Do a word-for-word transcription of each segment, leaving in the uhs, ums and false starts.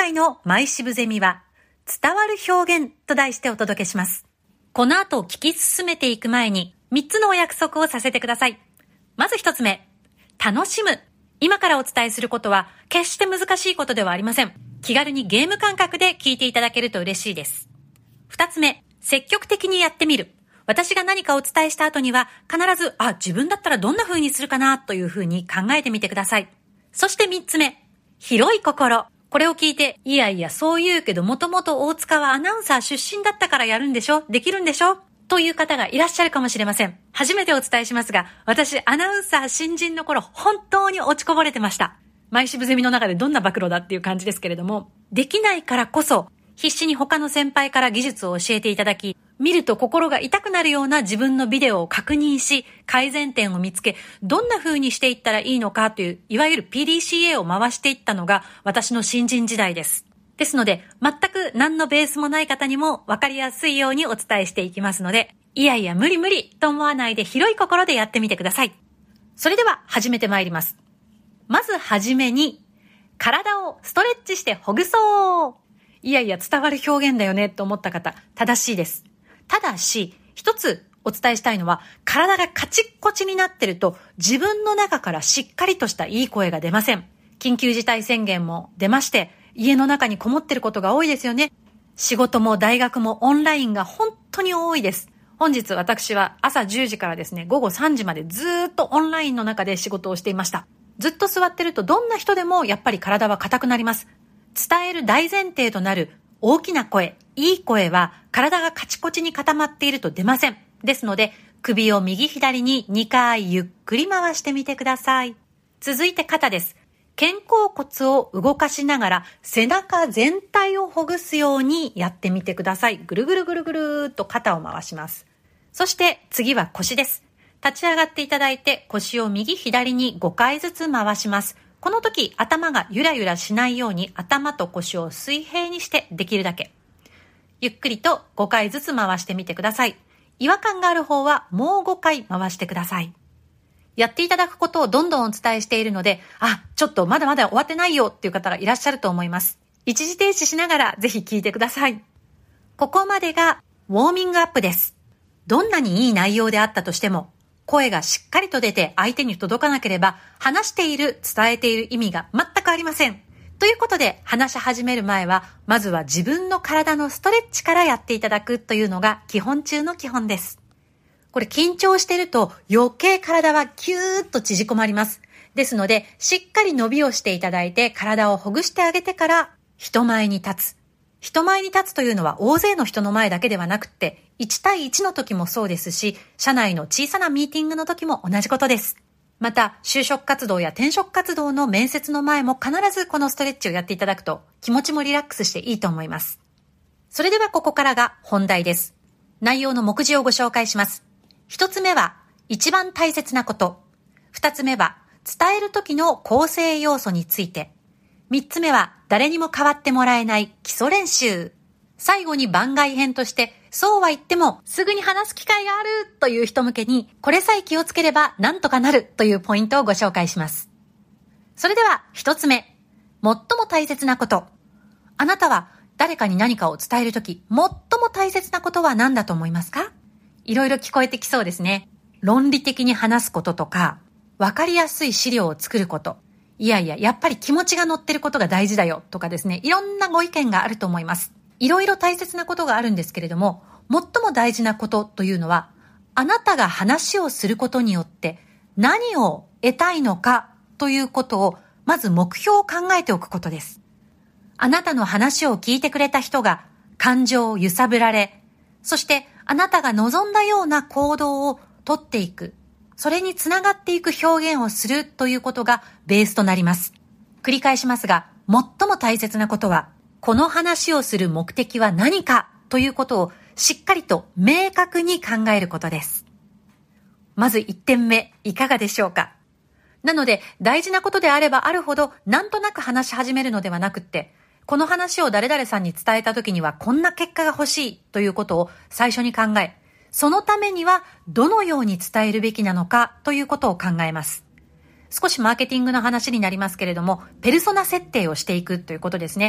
回のマイ渋ゼミは、伝わる表現と題してお届けします。この後聞き進めていく前に、みっつのお約束をさせてください。まずひとつめ、楽しむ。今からお伝えすることは、決して難しいことではありません。気軽にゲーム感覚で聞いていただけると嬉しいです。ふたつめ、積極的にやってみる。私が何かお伝えした後には、必ず、あ、自分だったらどんな風にするかなという風に考えてみてください。そしてみっつめ、広い心。これを聞いて、いやいやそう言うけどもともと大塚はアナウンサー出身だったからやるんでしょ？できるんでしょ？という方がいらっしゃるかもしれません。初めてお伝えしますが、私アナウンサー新人の頃本当に落ちこぼれてました。マイ渋ゼミの中でどんな暴露だっていう感じですけれども、できないからこそ必死に他の先輩から技術を教えていただき、見ると心が痛くなるような自分のビデオを確認し、改善点を見つけ、どんな風にしていったらいいのかという、いわゆる ピーディーシーエー を回していったのが私の新人時代です。ですので、全く何のベースもない方にも分かりやすいようにお伝えしていきますので、いやいや無理無理と思わないで広い心でやってみてください。それでは始めてまいります。まずはじめに、体をストレッチしてほぐそう。いやいや伝わる表現だよねと思った方、正しいです。ただし、一つお伝えしたいのは、体がカチッコチになってると自分の中からしっかりとしたいい声が出ません。緊急事態宣言も出まして、家の中にこもってることが多いですよね。仕事も大学もオンラインが本当に多いです。本日私は朝じゅうじからですね、午後さんじまでずーっとオンラインの中で仕事をしていました。ずっと座ってるとどんな人でもやっぱり体は硬くなります。伝える大前提となる大きな声、いい声は体がカチコチに固まっていると出ません。ですので、首を右左ににかいゆっくり回してみてください。続いて肩です。肩甲骨を動かしながら背中全体をほぐすようにやってみてください。ぐるぐるぐるぐるーっと肩を回します。そして次は腰です。立ち上がっていただいて腰を右左にごかいずつ回します。この時頭がゆらゆらしないように頭と腰を水平にしてできるだけ。ゆっくりとごかいずつ回してみてください。違和感がある方はもうごかい回してください。やっていただくことをどんどんお伝えしているので、あ、ちょっとまだまだ終わってないよっていう方がいらっしゃると思います。一時停止しながらぜひ聞いてください。ここまでがウォーミングアップです。どんなにいい内容であったとしても、声がしっかりと出て相手に届かなければ、話している、伝えている意味が全くありません。ということで、話し始める前は、まずは自分の体のストレッチからやっていただくというのが基本中の基本です。これ緊張してると余計体はキューッと縮こまります。ですので、しっかり伸びをしていただいて、体をほぐしてあげてから、人前に立つ。人前に立つというのは大勢の人の前だけではなくって、いち対いちの時もそうですし、社内の小さなミーティングの時も同じことです。また、就職活動や転職活動の面接の前も必ずこのストレッチをやっていただくと、気持ちもリラックスしていいと思います。それではここからが本題です。内容の目次をご紹介します。一つ目は、一番大切なこと。二つ目は、伝える時の構成要素について。三つ目は、誰にも変わってもらえない基礎練習。最後に番外編として、そうは言ってもすぐに話す機会があるという人向けに、これさえ気をつければなんとかなるというポイントをご紹介します。それでは一つ目、最も大切なこと。あなたは誰かに何かを伝えるとき、最も大切なことは何だと思いますか？いろいろ聞こえてきそうですね。論理的に話すこととか、わかりやすい資料を作ること。いやいや、やっぱり気持ちが乗ってることが大事だよとかですね、いろんなご意見があると思います。いろいろ大切なことがあるんですけれども、最も大事なことというのは、あなたが話をすることによって何を得たいのかということを、まず目標を考えておくことです。あなたの話を聞いてくれた人が感情を揺さぶられ、そしてあなたが望んだような行動をとっていく、それにつながっていく表現をするということがベースとなります。繰り返しますが、最も大切なことは、この話をする目的は何かということをしっかりと明確に考えることです。まずいってんめ、いかがでしょうか？なので、大事なことであればあるほど、なんとなく話し始めるのではなくって、この話を誰々さんに伝えたときにはこんな結果が欲しいということを最初に考え、そのためにはどのように伝えるべきなのかということを考えます。少しマーケティングの話になりますけれども、ペルソナ設定をしていくということですね。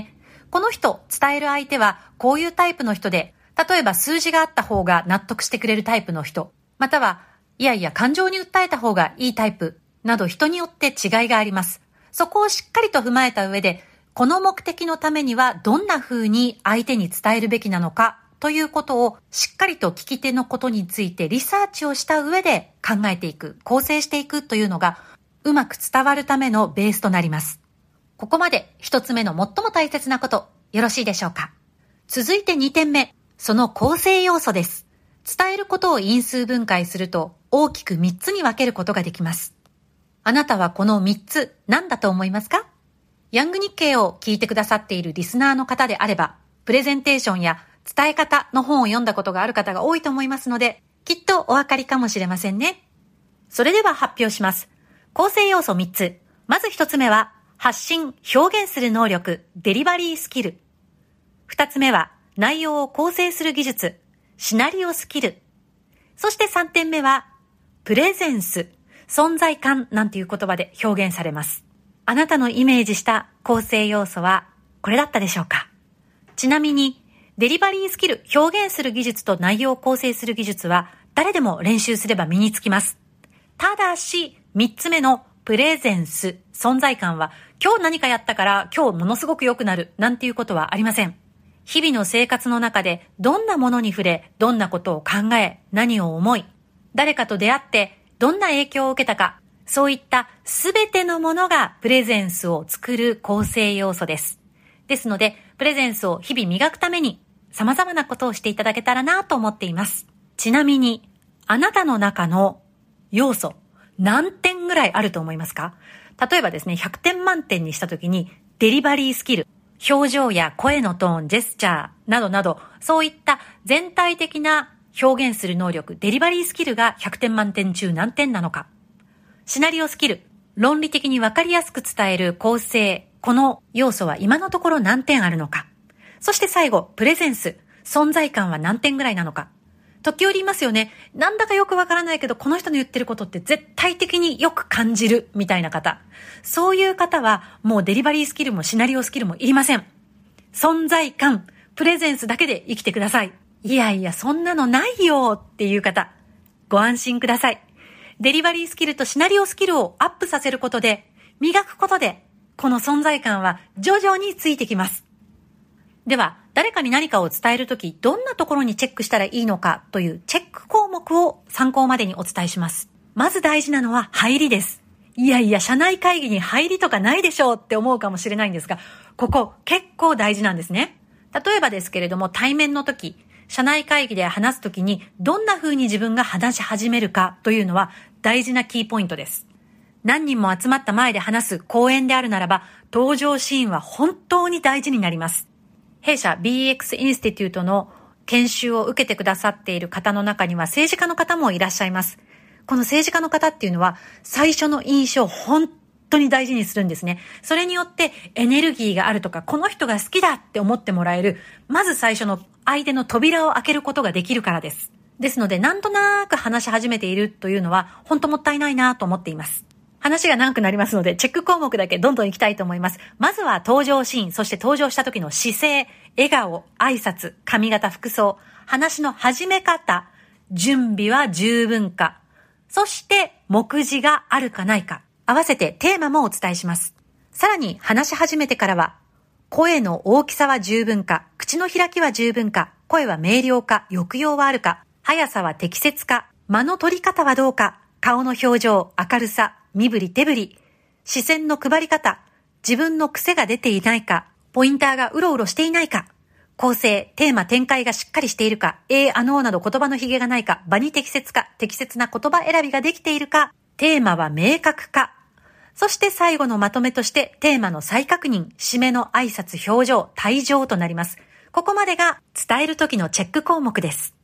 この人、伝える相手はこういうタイプの人で、例えば数字があった方が納得してくれるタイプの人、またはいやいや感情に訴えた方がいいタイプなど人によって違いがあります。そこをしっかりと踏まえた上で、この目的のためにはどんな風に相手に伝えるべきなのかということをしっかりと聞き手のことについてリサーチをした上で考えていく、構成していくというのがうまく伝わるためのベースとなります。ここまで一つ目の最も大切なこと、よろしいでしょうか。続いてにてんめ、その構成要素です。伝えることを因数分解すると大きくみっつに分けることができます。あなたはこのみっつ何だと思いますか？ヤング日経を聞いてくださっているリスナーの方であれば、プレゼンテーションや伝え方の本を読んだことがある方が多いと思いますので、きっとお分かりかもしれませんね。それでは発表します。構成要素みっつ。まずひとつめは、発信・表現する能力、デリバリースキル。ふたつめは、内容を構成する技術、シナリオスキル。そしてさんてんめは、プレゼンス、存在感なんていう言葉で表現されます。あなたのイメージした構成要素はこれだったでしょうか？ちなみに、デリバリースキル、表現する技術と内容を構成する技術は誰でも練習すれば身につきます。ただし、みっつめのプレゼンス、存在感は今日何かやったから今日ものすごく良くなるなんていうことはありません。日々の生活の中でどんなものに触れ、どんなことを考え、何を思い、誰かと出会ってどんな影響を受けたか、そういったすべてのものがプレゼンスを作る構成要素です。ですので、プレゼンスを日々磨くために様々なことをしていただけたらなと思っています。ちなみに、あなたの中の要素、何点ぐらいあると思いますか？例えばですね、ひゃくてん満点にしたときに、デリバリースキル、表情や声のトーン、ジェスチャーなどなど、そういった全体的な表現する能力、デリバリースキルがひゃくてん満点中何点なのか。シナリオスキル、論理的に分かりやすく伝える構成、この要素は今のところ何点あるのか。そして最後、プレゼンス、存在感は何点ぐらいなのか。時折言いますよね。なんだかよくわからないけど、この人の言ってることって絶対的によく感じるみたいな方。そういう方はもうデリバリースキルもシナリオスキルもいりません。存在感、プレゼンスだけで生きてください。いやいや、そんなのないよっていう方、ご安心ください。デリバリースキルとシナリオスキルをアップさせることで、磨くことで、この存在感は徐々についてきます。では、誰かに何かを伝えるとき、どんなところにチェックしたらいいのかというチェック項目を参考までにお伝えします。まず大事なのは入りです。いやいや、社内会議に入りとかないでしょうって思うかもしれないんですが、ここ結構大事なんですね。例えばですけれども、対面のとき、社内会議で話すときにどんな風に自分が話し始めるかというのは大事なキーポイントです。何人も集まった前で話す講演であるならば、登場シーンは本当に大事になります。弊社 ビーエックス インスティテュートの研修を受けてくださっている方の中には政治家の方もいらっしゃいます。この政治家の方っていうのは最初の印象を本当に大事にするんですね。それによってエネルギーがあるとか、この人が好きだって思ってもらえる、まず最初の相手の扉を開けることができるからです。ですので、なんとなく話し始めているというのは本当もったいないなと思っています。話が長くなりますので、チェック項目だけどんどん行きたいと思います。まずは登場シーン、そして登場した時の姿勢、笑顔、挨拶、髪型、服装、話の始め方、準備は十分か、そして目次があるかないか、合わせてテーマもお伝えします。さらに話し始めてからは、声の大きさは十分か、口の開きは十分か、声は明瞭か、抑揚はあるか、速さは適切か、間の取り方はどうか、顔の表情、明るさ、身振り手振り、視線の配り方、自分の癖が出ていないか、ポインターがうろうろしていないか、構成、テーマ、展開がしっかりしているか、えー、あのーなど言葉のひげがないか、場に適切か、適切な言葉選びができているか、テーマは明確か、そして最後のまとめとしてテーマの再確認、締めの挨拶、表情、退場となります。ここまでが伝える時のチェック項目です。